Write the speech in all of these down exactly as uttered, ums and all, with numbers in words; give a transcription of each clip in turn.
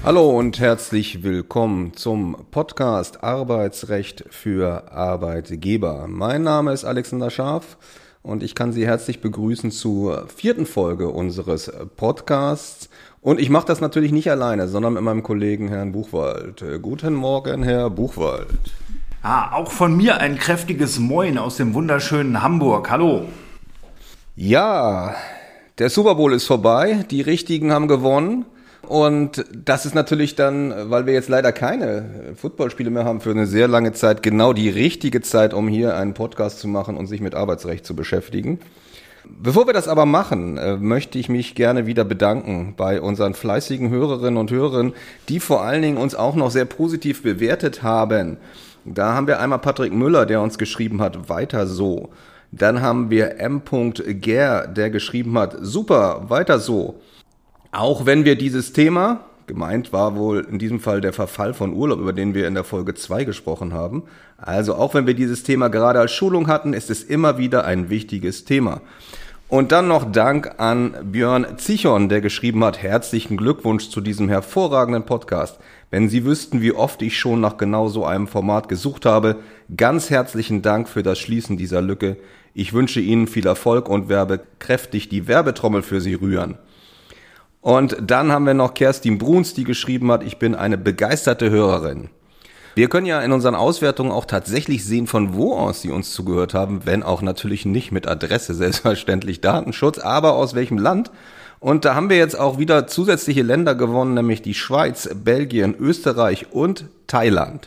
Hallo und herzlich willkommen zum Podcast Arbeitsrecht für Arbeitgeber. Mein Name ist Alexander Scharf und ich kann Sie herzlich begrüßen zur vierten Folge unseres Podcasts. Und ich mache das natürlich nicht alleine, sondern mit meinem Kollegen Herrn Buchwald. Guten Morgen, Herr Buchwald. Ah, auch von mir ein kräftiges Moin aus dem wunderschönen Hamburg. Hallo. Ja, der Super Bowl ist vorbei, die Richtigen haben gewonnen. Und das ist natürlich dann, weil wir jetzt leider keine Footballspiele mehr haben, für eine sehr lange Zeit genau die richtige Zeit, um hier einen Podcast zu machen und sich mit Arbeitsrecht zu beschäftigen. Bevor wir das aber machen, möchte ich mich gerne wieder bedanken bei unseren fleißigen Hörerinnen und Hörern, die vor allen Dingen uns auch noch sehr positiv bewertet haben. Da haben wir einmal Patrick Müller, der uns geschrieben hat, weiter so. Dann haben wir M. Ger, der geschrieben hat, super, weiter so. Auch wenn wir dieses Thema, gemeint war wohl in diesem Fall der Verfall von Urlaub, über den wir in der Folge zwei gesprochen haben, also auch wenn wir dieses Thema gerade als Schulung hatten, ist es immer wieder ein wichtiges Thema. Und dann noch Dank an Björn Zichon, der geschrieben hat, herzlichen Glückwunsch zu diesem hervorragenden Podcast. Wenn Sie wüssten, wie oft ich schon nach genau so einem Format gesucht habe, ganz herzlichen Dank für das Schließen dieser Lücke. Ich wünsche Ihnen viel Erfolg und werde kräftig die Werbetrommel für Sie rühren. Und dann haben wir noch Kerstin Bruns, die geschrieben hat, ich bin eine begeisterte Hörerin. Wir können ja in unseren Auswertungen auch tatsächlich sehen, von wo aus Sie uns zugehört haben, wenn auch natürlich nicht mit Adresse, selbstverständlich Datenschutz, aber aus welchem Land. Und da haben wir jetzt auch wieder zusätzliche Länder gewonnen, nämlich die Schweiz, Belgien, Österreich und Thailand.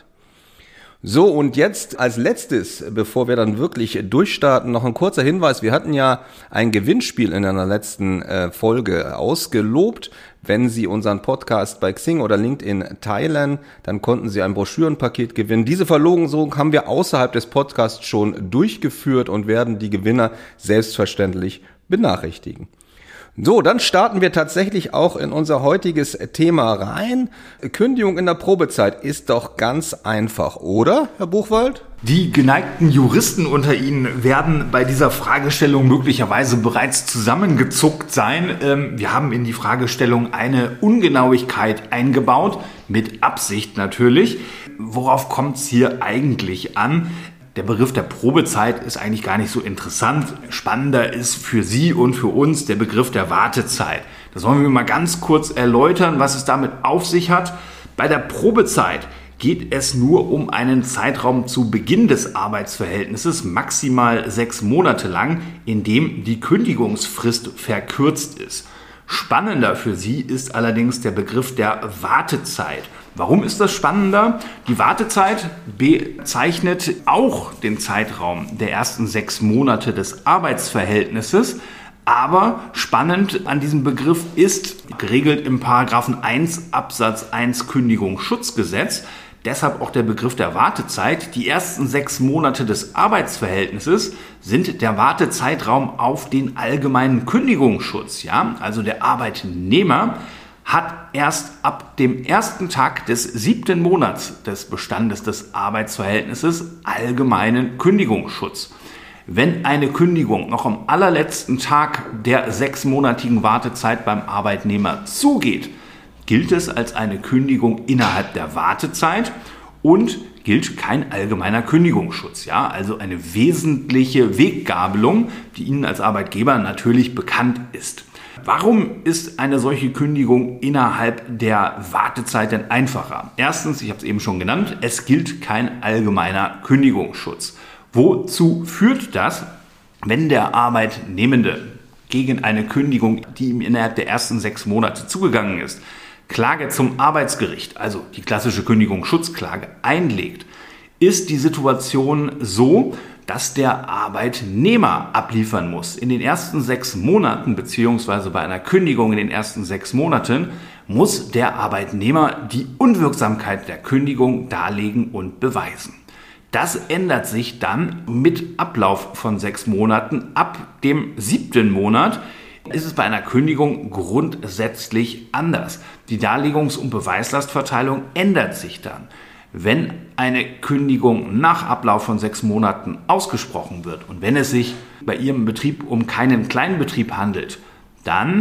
So, und jetzt als letztes, bevor wir dann wirklich durchstarten, noch ein kurzer Hinweis. Wir hatten ja ein Gewinnspiel in einer letzten äh, Folge ausgelobt. Wenn Sie unseren Podcast bei Xing oder LinkedIn teilen, dann konnten Sie ein Broschürenpaket gewinnen. Diese Verlosung haben wir außerhalb des Podcasts schon durchgeführt und werden die Gewinner selbstverständlich benachrichtigen. So, dann starten wir tatsächlich auch in unser heutiges Thema rein. Kündigung in der Probezeit ist doch ganz einfach, oder, Herr Buchwald? Die geneigten Juristen unter Ihnen werden bei dieser Fragestellung möglicherweise bereits zusammengezuckt sein. Wir haben in die Fragestellung eine Ungenauigkeit eingebaut, mit Absicht natürlich. Worauf kommt es hier eigentlich an? Der Begriff der Probezeit ist eigentlich gar nicht so interessant. Spannender ist für Sie und für uns der Begriff der Wartezeit. Das wollen wir mal ganz kurz erläutern, was es damit auf sich hat. Bei der Probezeit geht es nur um einen Zeitraum zu Beginn des Arbeitsverhältnisses, maximal sechs Monate lang, in dem die Kündigungsfrist verkürzt ist. Spannender für Sie ist allerdings der Begriff der Wartezeit. Warum ist das spannender? Die Wartezeit bezeichnet auch den Zeitraum der ersten sechs Monate des Arbeitsverhältnisses. Aber spannend an diesem Begriff ist geregelt im Paragraphen eins Absatz eins Kündigungsschutzgesetz. Deshalb auch der Begriff der Wartezeit. Die ersten sechs Monate des Arbeitsverhältnisses sind der Wartezeitraum auf den allgemeinen Kündigungsschutz. Ja? Also der Arbeitnehmer hat erst ab dem ersten Tag des siebten Monats des Bestandes des Arbeitsverhältnisses allgemeinen Kündigungsschutz. Wenn eine Kündigung noch am allerletzten Tag der sechsmonatigen Wartezeit beim Arbeitnehmer zugeht, gilt es als eine Kündigung innerhalb der Wartezeit und gilt kein allgemeiner Kündigungsschutz. Ja, also eine wesentliche Weggabelung, die Ihnen als Arbeitgeber natürlich bekannt ist. Warum ist eine solche Kündigung innerhalb der Wartezeit denn einfacher? Erstens, ich habe es eben schon genannt, es gilt kein allgemeiner Kündigungsschutz. Wozu führt das, wenn der Arbeitnehmende gegen eine Kündigung, die ihm innerhalb der ersten sechs Monate zugegangen ist, Klage zum Arbeitsgericht, also die klassische Kündigungsschutzklage, einlegt, ist die Situation so, dass der Arbeitnehmer abliefern muss. In den ersten sechs Monaten beziehungsweise bei einer Kündigung in den ersten sechs Monaten muss der Arbeitnehmer die Unwirksamkeit der Kündigung darlegen und beweisen. Das ändert sich dann mit Ablauf von sechs Monaten. Ab dem siebten Monat ist es bei einer Kündigung grundsätzlich anders. Die Darlegungs- und Beweislastverteilung ändert sich dann. Wenn eine Kündigung nach Ablauf von sechs Monaten ausgesprochen wird und wenn es sich bei Ihrem Betrieb um keinen Kleinbetrieb handelt, dann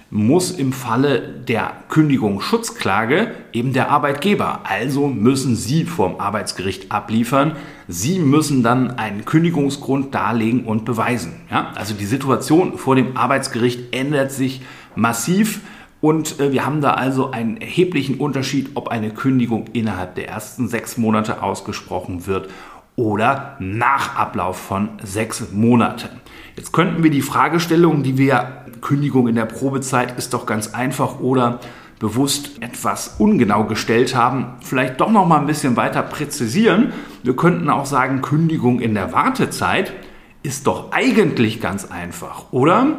muss im Falle der Kündigungsschutzklage eben der Arbeitgeber. Also müssen Sie vorm Arbeitsgericht abliefern. Sie müssen dann einen Kündigungsgrund darlegen und beweisen. Ja, also die Situation vor dem Arbeitsgericht ändert sich massiv. Und äh, wir haben da also einen erheblichen Unterschied, ob eine Kündigung innerhalb der ersten sechs Monate ausgesprochen wird oder nach Ablauf von sechs Monaten. Jetzt könnten wir die Fragestellung, die wir Kündigung in der Probezeit ist doch ganz einfach oder bewusst etwas ungenau gestellt haben, vielleicht doch noch mal ein bisschen weiter präzisieren. Wir könnten auch sagen, Kündigung in der Wartezeit ist doch eigentlich ganz einfach, oder?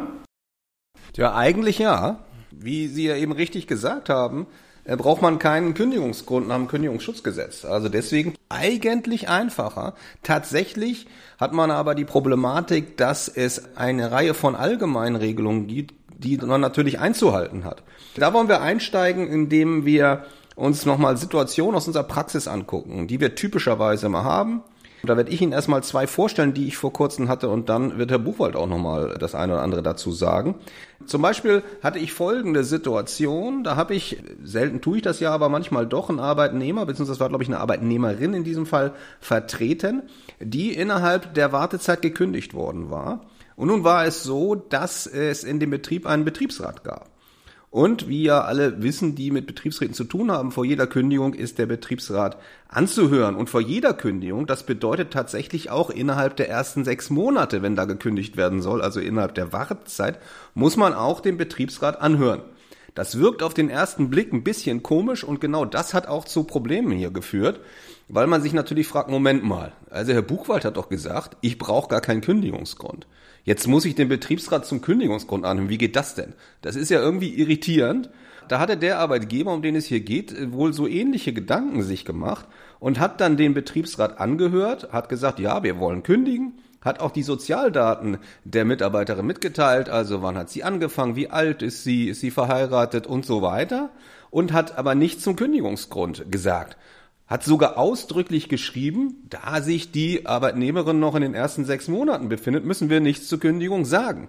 Ja, eigentlich ja. Wie Sie ja eben richtig gesagt haben, braucht man keinen Kündigungsgrund nach dem Kündigungsschutzgesetz. Also deswegen eigentlich einfacher. Tatsächlich hat man aber die Problematik, dass es eine Reihe von Allgemeinregelungen gibt, die man natürlich einzuhalten hat. Da wollen wir einsteigen, indem wir uns nochmal Situationen aus unserer Praxis angucken, die wir typischerweise immer haben. Da werde ich Ihnen erstmal zwei vorstellen, die ich vor kurzem hatte, und dann wird Herr Buchwald auch nochmal das eine oder andere dazu sagen. Zum Beispiel hatte ich folgende Situation, da habe ich, selten tue ich das ja, aber manchmal doch, einen Arbeitnehmer, beziehungsweise das war glaube ich eine Arbeitnehmerin in diesem Fall, vertreten, die innerhalb der Wartezeit gekündigt worden war. Und nun war es so, dass es in dem Betrieb einen Betriebsrat gab. Und wie ja alle wissen, die mit Betriebsräten zu tun haben, vor jeder Kündigung ist der Betriebsrat anzuhören. Und vor jeder Kündigung, das bedeutet tatsächlich auch innerhalb der ersten sechs Monate, wenn da gekündigt werden soll, also innerhalb der Wartezeit, muss man auch den Betriebsrat anhören. Das wirkt auf den ersten Blick ein bisschen komisch und genau das hat auch zu Problemen hier geführt, weil man sich natürlich fragt, Moment mal, also Herr Buchwald hat doch gesagt, ich brauche gar keinen Kündigungsgrund. Jetzt muss ich den Betriebsrat zum Kündigungsgrund anhören. Wie geht das denn? Das ist ja irgendwie irritierend. Da hatte der Arbeitgeber, um den es hier geht, wohl so ähnliche Gedanken sich gemacht und hat dann den Betriebsrat angehört, hat gesagt, ja, wir wollen kündigen, hat auch die Sozialdaten der Mitarbeiterin mitgeteilt, also wann hat sie angefangen, wie alt ist sie, ist sie verheiratet und so weiter, und hat aber nichts zum Kündigungsgrund gesagt. Hat sogar ausdrücklich geschrieben, da sich die Arbeitnehmerin noch in den ersten sechs Monaten befindet, müssen wir nichts zur Kündigung sagen.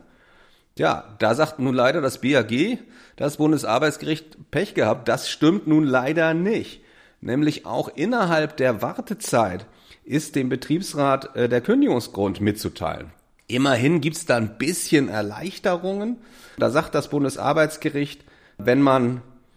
Ja, da sagt nun leider das B A G, das Bundesarbeitsgericht, Pech gehabt, das stimmt nun leider nicht. Nämlich auch innerhalb der Wartezeit ist dem Betriebsrat äh, der Kündigungsgrund mitzuteilen. Immerhin gibt's da ein bisschen Erleichterungen. Da sagt das Bundesarbeitsgericht, wenn man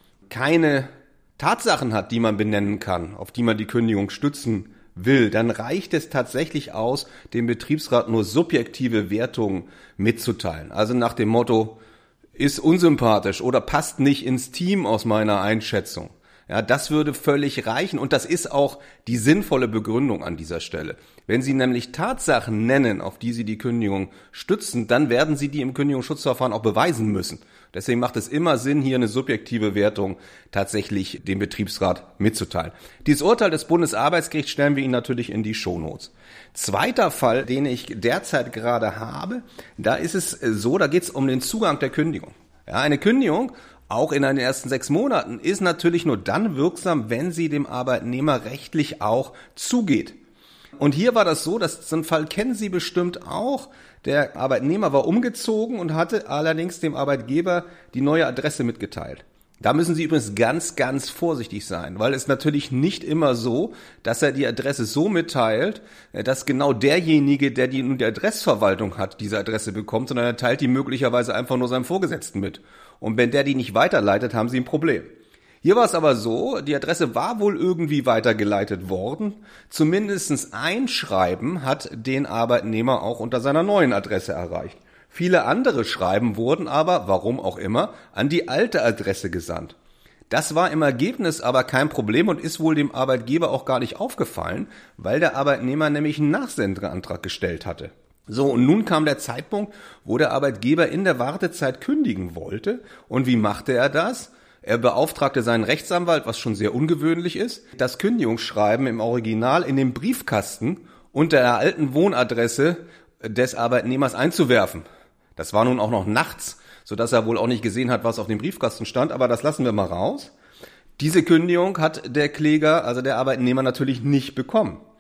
keine Tatsachen hat, die man benennen kann, auf die man die Kündigung stützen will, dann reicht es tatsächlich aus, dem Betriebsrat nur subjektive Wertungen mitzuteilen. Also nach dem Motto, ist unsympathisch oder passt nicht ins Team aus meiner Einschätzung. Ja, das würde völlig reichen und das ist auch die sinnvolle Begründung an dieser Stelle. Wenn Sie nämlich Tatsachen nennen, auf die Sie die Kündigung stützen, dann werden Sie die im Kündigungsschutzverfahren auch beweisen müssen. Deswegen macht es immer Sinn, hier eine subjektive Wertung tatsächlich dem Betriebsrat mitzuteilen. Dieses Urteil des Bundesarbeitsgerichts stellen wir Ihnen natürlich in die Shownotes. Zweiter Fall, den ich derzeit gerade habe, da ist es so, da geht es um den Zugang der Kündigung. Ja, eine Kündigung, auch in den ersten sechs Monaten, ist natürlich nur dann wirksam, wenn sie dem Arbeitnehmer rechtlich auch zugeht. Und hier war das so, dass so einen Fall kennen Sie bestimmt auch. Der Arbeitnehmer war umgezogen und hatte allerdings dem Arbeitgeber die neue Adresse mitgeteilt. Da müssen Sie übrigens ganz, ganz vorsichtig sein, weil es natürlich nicht immer so, dass er die Adresse so mitteilt, dass genau derjenige, der die, die Adressverwaltung hat, diese Adresse bekommt, sondern er teilt die möglicherweise einfach nur seinem Vorgesetzten mit. Und wenn der die nicht weiterleitet, haben Sie ein Problem. Hier war es aber so, die Adresse war wohl irgendwie weitergeleitet worden. Zumindest ein Schreiben hat den Arbeitnehmer auch unter seiner neuen Adresse erreicht. Viele andere Schreiben wurden aber, warum auch immer, an die alte Adresse gesandt. Das war im Ergebnis aber kein Problem und ist wohl dem Arbeitgeber auch gar nicht aufgefallen, weil der Arbeitnehmer nämlich einen Nachsendeantrag gestellt hatte. So, und nun kam der Zeitpunkt, wo der Arbeitgeber in der Wartezeit kündigen wollte. Und wie machte er das? Er beauftragte seinen Rechtsanwalt, was schon sehr ungewöhnlich ist, das Kündigungsschreiben im Original in den Briefkasten unter der alten Wohnadresse des Arbeitnehmers einzuwerfen. Das war nun auch noch nachts, sodass er wohl auch nicht gesehen hat, was auf dem Briefkasten stand, aber das lassen wir mal raus. Diese Kündigung hat der Kläger, also der Arbeitnehmer, natürlich nicht bekommen.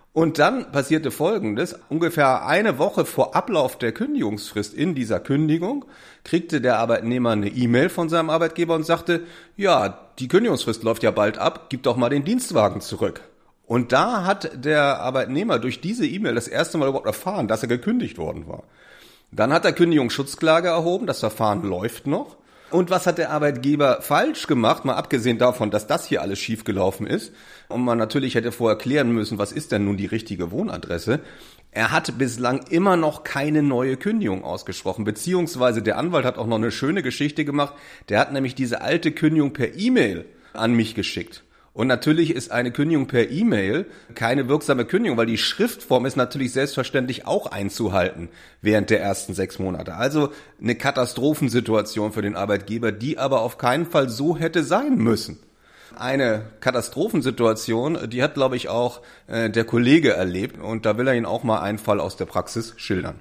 Und dann passierte Folgendes. Ungefähr eine Woche vor Ablauf der Kündigungsfrist in dieser Kündigung kriegte der Arbeitnehmer eine E-Mail von seinem Arbeitgeber und sagte, ja, die Kündigungsfrist läuft ja bald ab, gib doch mal den Dienstwagen zurück. Und da hat der Arbeitnehmer durch diese E-Mail das erste Mal überhaupt erfahren, dass er gekündigt worden war. Dann hat er Kündigungsschutzklage erhoben, das Verfahren läuft noch. Und was hat der Arbeitgeber falsch gemacht, mal abgesehen davon, dass das hier alles schiefgelaufen ist und man natürlich hätte vorher klären müssen, was ist denn nun die richtige Wohnadresse? Er hat bislang immer noch keine neue Kündigung ausgesprochen, beziehungsweise der Anwalt hat auch noch eine schöne Geschichte gemacht, der hat nämlich diese alte Kündigung per E-Mail an mich geschickt. Und natürlich ist eine Kündigung per E-Mail keine wirksame Kündigung, weil die Schriftform ist natürlich selbstverständlich auch einzuhalten während der ersten sechs Monate. Also eine Katastrophensituation für den Arbeitgeber, die aber auf keinen Fall so hätte sein müssen. Eine Katastrophensituation, die hat, glaube ich, auch äh, der Kollege erlebt. Und da will er Ihnen auch mal einen Fall aus der Praxis schildern.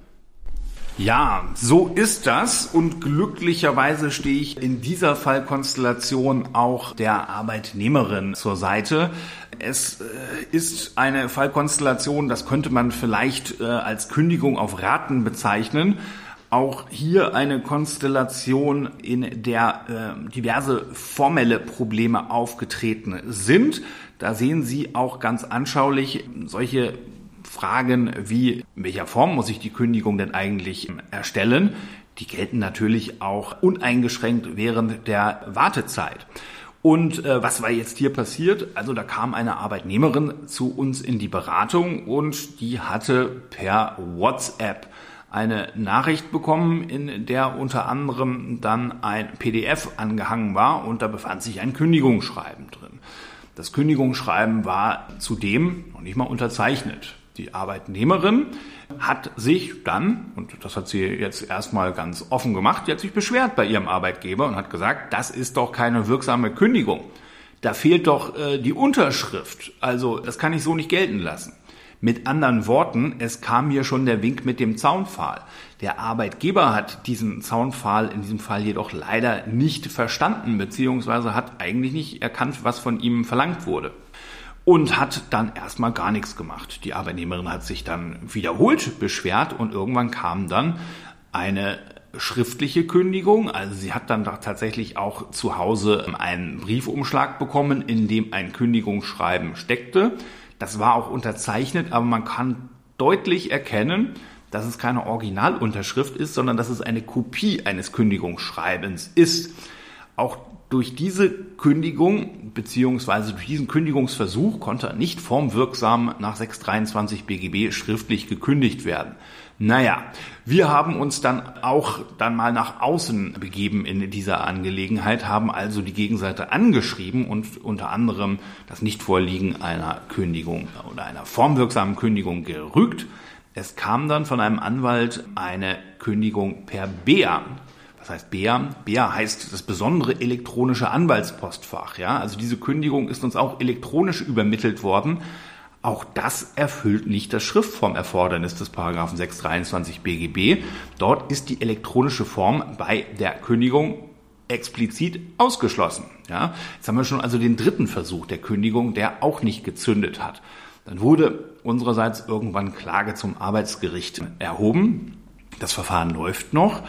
Ja, so ist das und glücklicherweise stehe ich in dieser Fallkonstellation auch der Arbeitnehmerin zur Seite. Es ist eine Fallkonstellation, das könnte man vielleicht als Kündigung auf Raten bezeichnen. Auch hier eine Konstellation, in der äh, diverse formelle Probleme aufgetreten sind. Da sehen Sie auch ganz anschaulich solche Fragen wie, in welcher Form muss ich die Kündigung denn eigentlich erstellen? Die gelten natürlich auch uneingeschränkt während der Wartezeit. Und äh, was war jetzt hier passiert? Also da kam eine Arbeitnehmerin zu uns in die Beratung und die hatte per WhatsApp eine Nachricht bekommen, in der unter anderem dann ein P D F angehangen war und da befand sich ein Kündigungsschreiben drin. Das Kündigungsschreiben war zudem noch nicht mal unterzeichnet. Die Arbeitnehmerin hat sich dann, und das hat sie jetzt erstmal ganz offen gemacht, die hat sich beschwert bei ihrem Arbeitgeber und hat gesagt, das ist doch keine wirksame Kündigung. Da fehlt doch äh, die Unterschrift. Also das kann ich so nicht gelten lassen. Mit anderen Worten, es kam hier schon der Wink mit dem Zaunpfahl. Der Arbeitgeber hat diesen Zaunpfahl in diesem Fall jedoch leider nicht verstanden, beziehungsweise hat eigentlich nicht erkannt, was von ihm verlangt wurde. Und hat dann erstmal gar nichts gemacht. Die Arbeitnehmerin hat sich dann wiederholt beschwert und irgendwann kam dann eine schriftliche Kündigung. Also sie hat dann tatsächlich auch zu Hause einen Briefumschlag bekommen, in dem ein Kündigungsschreiben steckte. Das war auch unterzeichnet, aber man kann deutlich erkennen, dass es keine Originalunterschrift ist, sondern dass es eine Kopie eines Kündigungsschreibens ist. Auch durch diese Kündigung beziehungsweise durch diesen Kündigungsversuch konnte nicht formwirksam nach sechs dreiundzwanzig B G B schriftlich gekündigt werden. Naja, wir haben uns dann auch dann mal nach außen begeben in dieser Angelegenheit, haben also die Gegenseite angeschrieben und unter anderem das Nichtvorliegen einer Kündigung oder einer formwirksamen Kündigung gerügt. Es kam dann von einem Anwalt eine Kündigung per B E A. Was heißt B E A? B E A heißt das besondere elektronische Anwaltspostfach. Ja, also diese Kündigung ist uns auch elektronisch übermittelt worden. Auch das erfüllt nicht das Schriftformerfordernis des Paragraphen sechs dreiundzwanzig B G B. Dort ist die elektronische Form bei der Kündigung explizit ausgeschlossen. Ja, jetzt haben wir schon also den dritten Versuch der Kündigung, der auch nicht gezündet hat. Dann wurde unsererseits irgendwann Klage zum Arbeitsgericht erhoben. Das Verfahren läuft noch.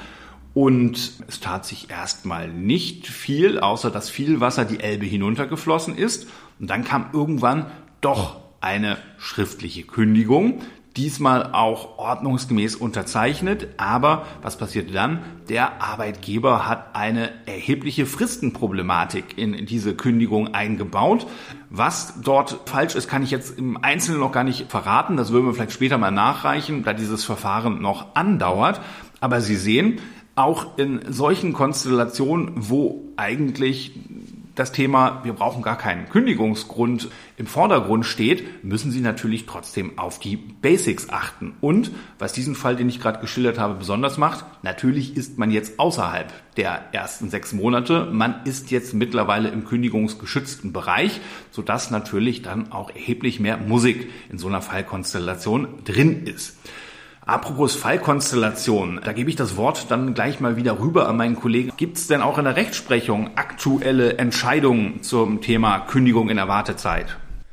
Und es tat sich erstmal nicht viel, außer dass viel Wasser die Elbe hinuntergeflossen ist. Und dann kam irgendwann doch eine schriftliche Kündigung, diesmal auch ordnungsgemäß unterzeichnet. Aber was passierte dann? Der Arbeitgeber hat eine erhebliche Fristenproblematik in diese Kündigung eingebaut. Was dort falsch ist, kann ich jetzt im Einzelnen noch gar nicht verraten. Das würden wir vielleicht später mal nachreichen, da dieses Verfahren noch andauert. Aber Sie sehen, auch in solchen Konstellationen, wo eigentlich das Thema, wir brauchen gar keinen Kündigungsgrund, im Vordergrund steht, müssen Sie natürlich trotzdem auf die Basics achten. Und was diesen Fall, den ich gerade geschildert habe, besonders macht, natürlich ist man jetzt außerhalb der ersten sechs Monate. Man ist jetzt mittlerweile im kündigungsgeschützten Bereich, sodass natürlich dann auch erheblich mehr Musik in so einer Fallkonstellation drin ist. Apropos Fallkonstellation, da gebe ich das Wort dann gleich mal wieder rüber an meinen Kollegen. Gibt es denn auch in der Rechtsprechung aktuelle Entscheidungen zum Thema Kündigung in der Wartezeit?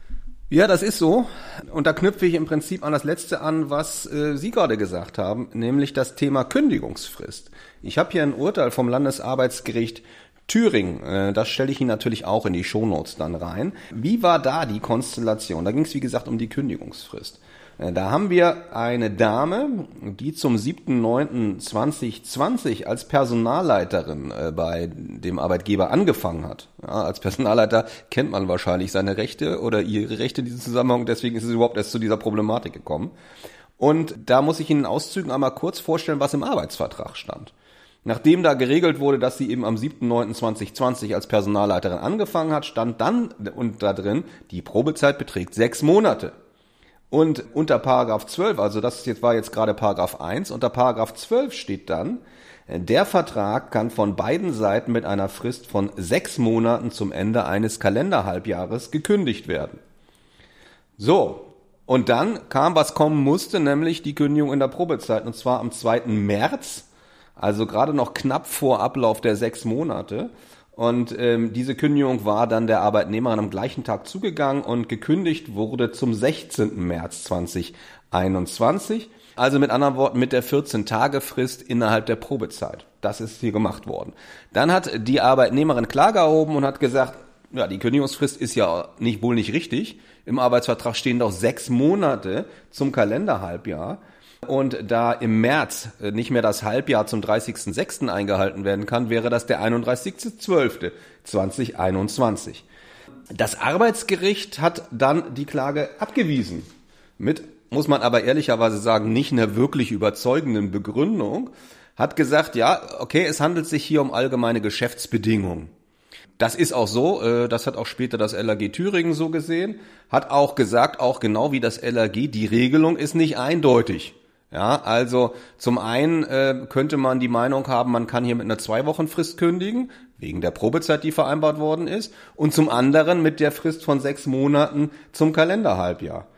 Ja, das ist so. Und da knüpfe ich im Prinzip an das Letzte an, was äh, Sie gerade gesagt haben, nämlich das Thema Kündigungsfrist. Ich habe hier ein Urteil vom Landesarbeitsgericht Thüringen. Äh, das stelle ich Ihnen natürlich auch in die Shownotes dann rein. Wie war da die Konstellation? Da ging es, wie gesagt, um die Kündigungsfrist. Äh, da haben wir eine Dame, die zum siebten neunten zweitausendzwanzig als Personalleiterin äh, bei dem Arbeitgeber angefangen hat. Ja, als Personalleiter kennt man wahrscheinlich seine Rechte oder ihre Rechte in diesem Zusammenhang, deswegen ist es überhaupt erst zu dieser Problematik gekommen. Und da muss ich Ihnen in Auszügen einmal kurz vorstellen, was im Arbeitsvertrag stand. Nachdem da geregelt wurde, dass sie eben am siebten neunten zweitausendzwanzig als Personalleiterin angefangen hat, stand dann und da drin, die Probezeit beträgt sechs Monate. Und unter Paragraph zwölf, also das jetzt war jetzt gerade Paragraph eins, unter Paragraph zwölf steht dann, der Vertrag kann von beiden Seiten mit einer Frist von sechs Monaten zum Ende eines Kalenderhalbjahres gekündigt werden. So, und dann kam, was kommen musste, nämlich die Kündigung in der Probezeit, und zwar am zweiten März, also gerade noch knapp vor Ablauf der sechs Monate. Und ähm, diese Kündigung war dann der Arbeitnehmerin am gleichen Tag zugegangen und gekündigt wurde zum sechzehnten März zweitausendeinundzwanzig. Also mit anderen Worten mit der vierzehn-Tage-Frist innerhalb der Probezeit. Das ist hier gemacht worden. Dann hat die Arbeitnehmerin Klage erhoben und hat gesagt, ja, die Kündigungsfrist ist ja nicht wohl nicht richtig. Im Arbeitsvertrag stehen doch sechs Monate zum Kalenderhalbjahr. Und da im März nicht mehr das Halbjahr zum dreißigsten sechsten eingehalten werden kann, wäre das der einunddreißigsten zwölften zweitausendeinundzwanzig. Das Arbeitsgericht hat dann die Klage abgewiesen. Mit, muss man aber ehrlicherweise sagen, nicht einer wirklich überzeugenden Begründung. Hat gesagt, ja, okay, es handelt sich hier um allgemeine Geschäftsbedingungen. Das ist auch so, das hat auch später das L A G Thüringen so gesehen, hat auch gesagt, auch genau wie das L A G, die Regelung ist nicht eindeutig. Ja, also zum einen äh, könnte man die Meinung haben, man kann hier mit einer Zwei-Wochen-Frist kündigen, wegen der Probezeit, die vereinbart worden ist, und zum anderen mit der Frist von sechs Monaten zum Kalenderhalbjahr.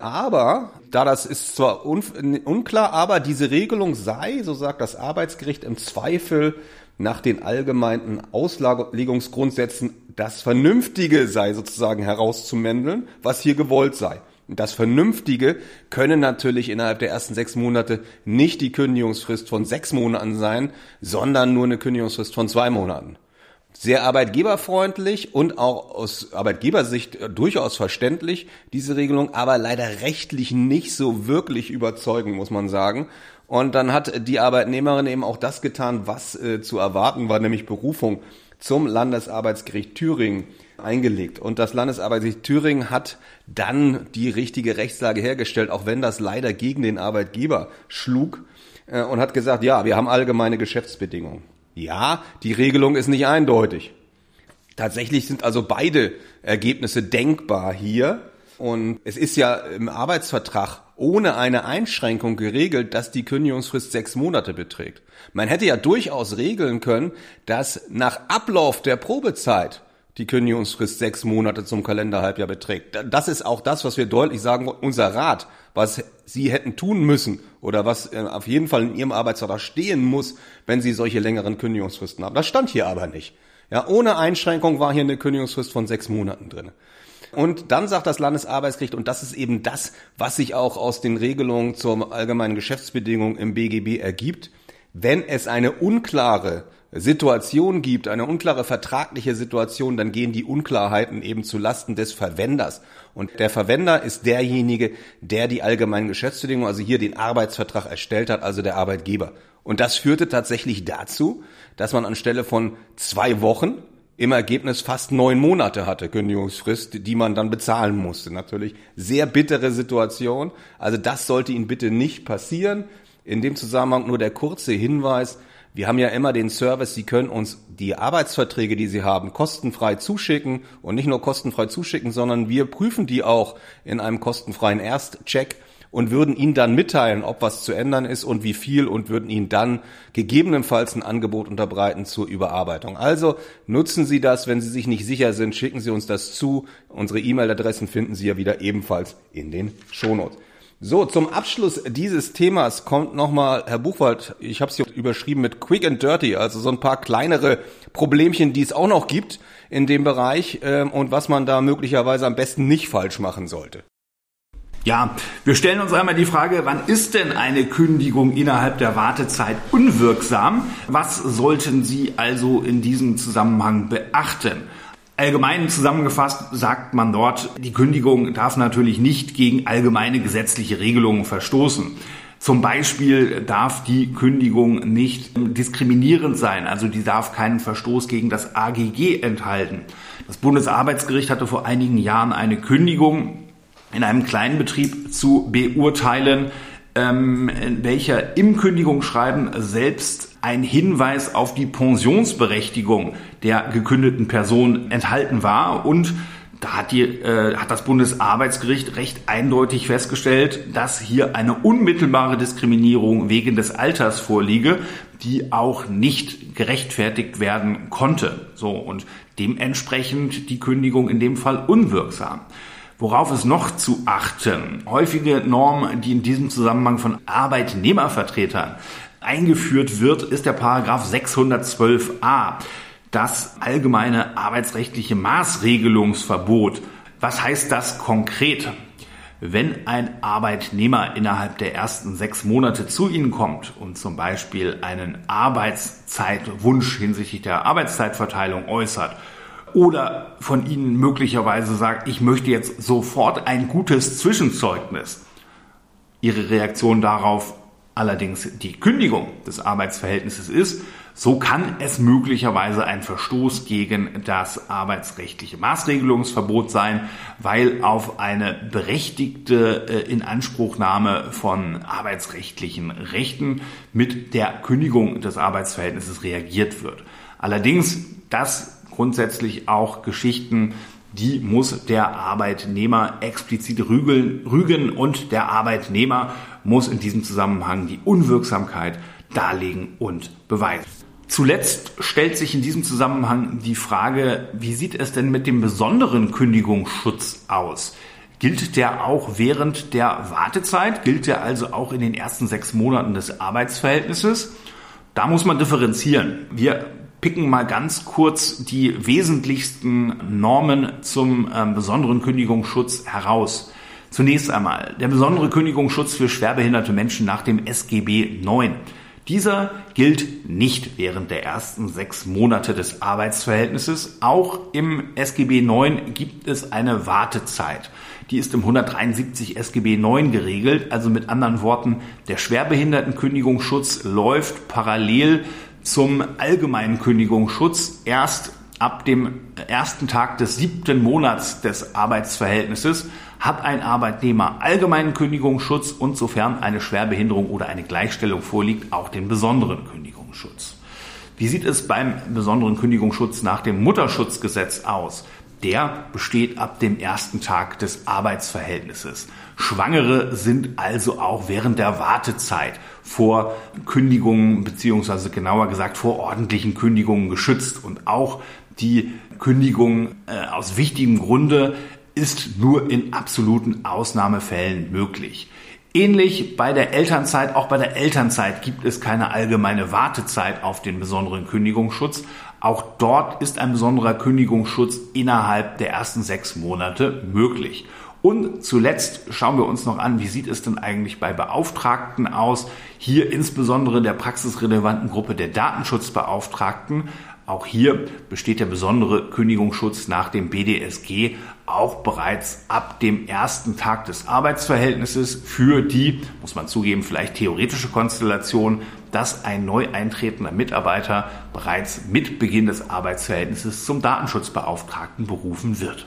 Aber, da das ist zwar un- unklar, aber diese Regelung sei, so sagt das Arbeitsgericht, im Zweifel nach den allgemeinen Auslegungsgrundsätzen das Vernünftige sei sozusagen herauszumändeln, was hier gewollt sei. Das Vernünftige können natürlich innerhalb der ersten sechs Monate nicht die Kündigungsfrist von sechs Monaten sein, sondern nur eine Kündigungsfrist von zwei Monaten. Sehr arbeitgeberfreundlich und auch aus Arbeitgebersicht durchaus verständlich, diese Regelung, aber leider rechtlich nicht so wirklich überzeugend, muss man sagen. Und dann hat die Arbeitnehmerin eben auch das getan, was äh, zu erwarten war, nämlich Berufung zum Landesarbeitsgericht Thüringen eingelegt. Und das Landesarbeitsgericht Thüringen hat dann die richtige Rechtslage hergestellt, auch wenn das leider gegen den Arbeitgeber schlug, äh, und hat gesagt, ja, wir haben allgemeine Geschäftsbedingungen. Ja, die Regelung ist nicht eindeutig. Tatsächlich sind also beide Ergebnisse denkbar hier. Und es ist ja im Arbeitsvertrag ohne eine Einschränkung geregelt, dass die Kündigungsfrist sechs Monate beträgt. Man hätte ja durchaus regeln können, dass nach Ablauf der Probezeit die Kündigungsfrist sechs Monate zum Kalenderhalbjahr beträgt. Das ist auch das, was wir deutlich sagen, unser Rat, was Sie hätten tun müssen oder was auf jeden Fall in Ihrem Arbeitsvertrag stehen muss, wenn Sie solche längeren Kündigungsfristen haben. Das stand hier aber nicht. Ja, ohne Einschränkung war hier eine Kündigungsfrist von sechs Monaten drin. Und dann sagt das Landesarbeitsgericht, und das ist eben das, was sich auch aus den Regelungen zur allgemeinen Geschäftsbedingung im B G B ergibt, wenn es eine unklare Situation gibt, eine unklare vertragliche Situation, dann gehen die Unklarheiten eben zu Lasten des Verwenders. Und der Verwender ist derjenige, der die allgemeinen Geschäftsbedingungen, also hier den Arbeitsvertrag erstellt hat, also der Arbeitgeber. Und das führte tatsächlich dazu, dass man anstelle von zwei Wochen im Ergebnis fast neun Monate hatte Kündigungsfrist, die man dann bezahlen musste. Natürlich sehr bittere Situation. Also das sollte Ihnen bitte nicht passieren. In dem Zusammenhang nur der kurze Hinweis. Wir haben ja immer den Service, Sie können uns die Arbeitsverträge, die Sie haben, kostenfrei zuschicken und nicht nur kostenfrei zuschicken, sondern wir prüfen die auch in einem kostenfreien Erstcheck und würden Ihnen dann mitteilen, ob was zu ändern ist und wie viel, und würden Ihnen dann gegebenenfalls ein Angebot unterbreiten zur Überarbeitung. Also nutzen Sie das, wenn Sie sich nicht sicher sind, schicken Sie uns das zu. Unsere E-Mail-Adressen finden Sie ja wieder ebenfalls in den Shownotes. So, zum Abschluss dieses Themas kommt nochmal, Herr Buchwald, ich habe es hier überschrieben mit Quick and Dirty, also so ein paar kleinere Problemchen, die es auch noch gibt in dem Bereich äh, und was man da möglicherweise am besten nicht falsch machen sollte. Ja, wir stellen uns einmal die Frage, wann ist denn eine Kündigung innerhalb der Wartezeit unwirksam? Was sollten Sie also in diesem Zusammenhang beachten? Allgemein zusammengefasst sagt man dort, die Kündigung darf natürlich nicht gegen allgemeine gesetzliche Regelungen verstoßen. Zum Beispiel darf die Kündigung nicht diskriminierend sein, also die darf keinen Verstoß gegen das A G G enthalten. Das Bundesarbeitsgericht hatte vor einigen Jahren eine Kündigung in einem kleinen Betrieb zu beurteilen, ähm, in welcher im Kündigungsschreiben selbst ein Hinweis auf die Pensionsberechtigung der gekündigten Person enthalten war. Und da hat, die, äh, hat das Bundesarbeitsgericht recht eindeutig festgestellt, dass hier eine unmittelbare Diskriminierung wegen des Alters vorliege, die auch nicht gerechtfertigt werden konnte. So, und dementsprechend die Kündigung in dem Fall unwirksam. Worauf ist noch zu achten? Häufige Norm, die in diesem Zusammenhang von Arbeitnehmervertretern eingeführt wird, ist der Paragraph sechshundertzwölf a, das allgemeine arbeitsrechtliche Maßregelungsverbot. Was heißt das konkret? Wenn ein Arbeitnehmer innerhalb der ersten sechs Monate zu Ihnen kommt und zum Beispiel einen Arbeitszeitwunsch hinsichtlich der Arbeitszeitverteilung äußert, oder von Ihnen möglicherweise sagt, ich möchte jetzt sofort ein gutes Zwischenzeugnis. Ihre Reaktion darauf allerdings die Kündigung des Arbeitsverhältnisses ist, so kann es möglicherweise ein Verstoß gegen das arbeitsrechtliche Maßregelungsverbot sein, weil auf eine berechtigte Inanspruchnahme von arbeitsrechtlichen Rechten mit der Kündigung des Arbeitsverhältnisses reagiert wird. Allerdings, das grundsätzlich auch Geschichten, die muss der Arbeitnehmer explizit rügeln, rügen und der Arbeitnehmer muss in diesem Zusammenhang die Unwirksamkeit darlegen und beweisen. Zuletzt stellt sich in diesem Zusammenhang die Frage, wie sieht es denn mit dem besonderen Kündigungsschutz aus? Gilt der auch während der Wartezeit? Gilt der also auch in den ersten sechs Monaten des Arbeitsverhältnisses? Da muss man differenzieren. Wir picken mal ganz kurz die wesentlichsten Normen zum äh, besonderen Kündigungsschutz heraus. Zunächst einmal der besondere Kündigungsschutz für schwerbehinderte Menschen nach dem S G B neun. Dieser gilt nicht während der ersten sechs Monate des Arbeitsverhältnisses. Auch im S G B neun gibt es eine Wartezeit. Die ist im hundertdreiundsiebzig S G B neun geregelt. Also mit anderen Worten, der Schwerbehindertenkündigungsschutz läuft parallel zum allgemeinen Kündigungsschutz erst ab dem ersten Tag des siebten Monats des Arbeitsverhältnisses hat ein Arbeitnehmer allgemeinen Kündigungsschutz und sofern eine Schwerbehinderung oder eine Gleichstellung vorliegt, auch den besonderen Kündigungsschutz. Wie sieht es beim besonderen Kündigungsschutz nach dem Mutterschutzgesetz aus? Der besteht ab dem ersten Tag des Arbeitsverhältnisses. Schwangere sind also auch während der Wartezeit vor Kündigungen beziehungsweise genauer gesagt vor ordentlichen Kündigungen geschützt. Und auch die Kündigung äh, aus wichtigem Grunde ist nur in absoluten Ausnahmefällen möglich. Ähnlich bei der Elternzeit, auch bei der Elternzeit gibt es keine allgemeine Wartezeit auf den besonderen Kündigungsschutz. Auch dort ist ein besonderer Kündigungsschutz innerhalb der ersten sechs Monate möglich. Und zuletzt schauen wir uns noch an, wie sieht es denn eigentlich bei Beauftragten aus? Hier insbesondere der praxisrelevanten Gruppe der Datenschutzbeauftragten. Auch hier besteht der besondere Kündigungsschutz nach dem B D S G auch bereits ab dem ersten Tag des Arbeitsverhältnisses für die, muss man zugeben, vielleicht theoretische Konstellation, dass ein neu eintretender Mitarbeiter bereits mit Beginn des Arbeitsverhältnisses zum Datenschutzbeauftragten berufen wird.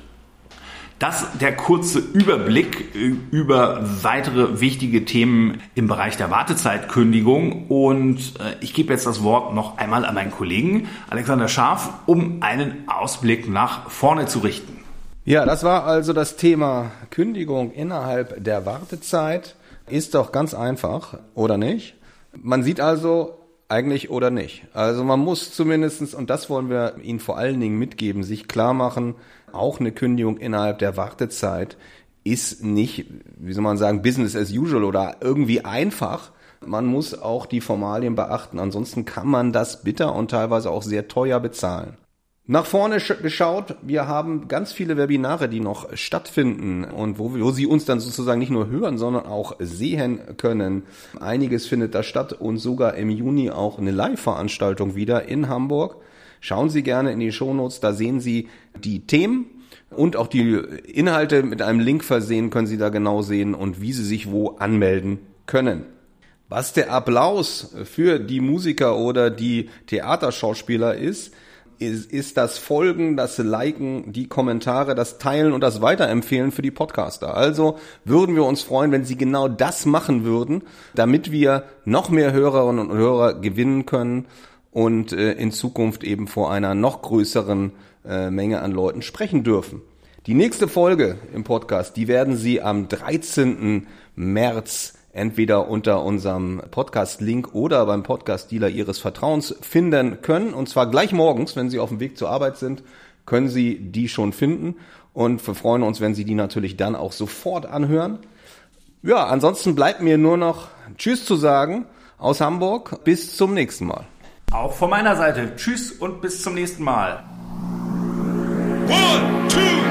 Das der kurze Überblick über weitere wichtige Themen im Bereich der Wartezeitkündigung und ich gebe jetzt das Wort noch einmal an meinen Kollegen Alexander Scharf, um einen Ausblick nach vorne zu richten. Ja, das war also das Thema Kündigung innerhalb der Wartezeit. Ist doch ganz einfach, oder nicht? Man sieht also eigentlich oder nicht. Also man muss zumindestens, und das wollen wir Ihnen vor allen Dingen mitgeben, sich klar machen, auch eine Kündigung innerhalb der Wartezeit ist nicht, wie soll man sagen, Business as usual oder irgendwie einfach. Man muss auch die Formalien beachten. Ansonsten kann man das bitter und teilweise auch sehr teuer bezahlen. Nach vorne geschaut, wir haben ganz viele Webinare, die noch stattfinden und wo, wo Sie uns dann sozusagen nicht nur hören, sondern auch sehen können. Einiges findet da statt und sogar im Juni auch eine Live-Veranstaltung wieder in Hamburg. Schauen Sie gerne in die Shownotes, da sehen Sie die Themen und auch die Inhalte mit einem Link versehen, können Sie da genau sehen und wie Sie sich wo anmelden können. Was der Applaus für die Musiker oder die Theaterschauspieler ist, ist, ist das Folgen, das Liken, die Kommentare, das Teilen und das Weiterempfehlen für die Podcaster. Also würden wir uns freuen, wenn Sie genau das machen würden, damit wir noch mehr Hörerinnen und Hörer gewinnen können und äh, in Zukunft eben vor einer noch größeren äh, Menge an Leuten sprechen dürfen. Die nächste Folge im Podcast, die werden Sie am dreizehnten März entweder unter unserem Podcast-Link oder beim Podcast-Dealer Ihres Vertrauens finden können. Und zwar gleich morgens, wenn Sie auf dem Weg zur Arbeit sind, können Sie die schon finden. Und wir freuen uns, wenn Sie die natürlich dann auch sofort anhören. Ja, ansonsten bleibt mir nur noch Tschüss zu sagen aus Hamburg. Bis zum nächsten Mal. Auch von meiner Seite. Tschüss und bis zum nächsten Mal. One, two,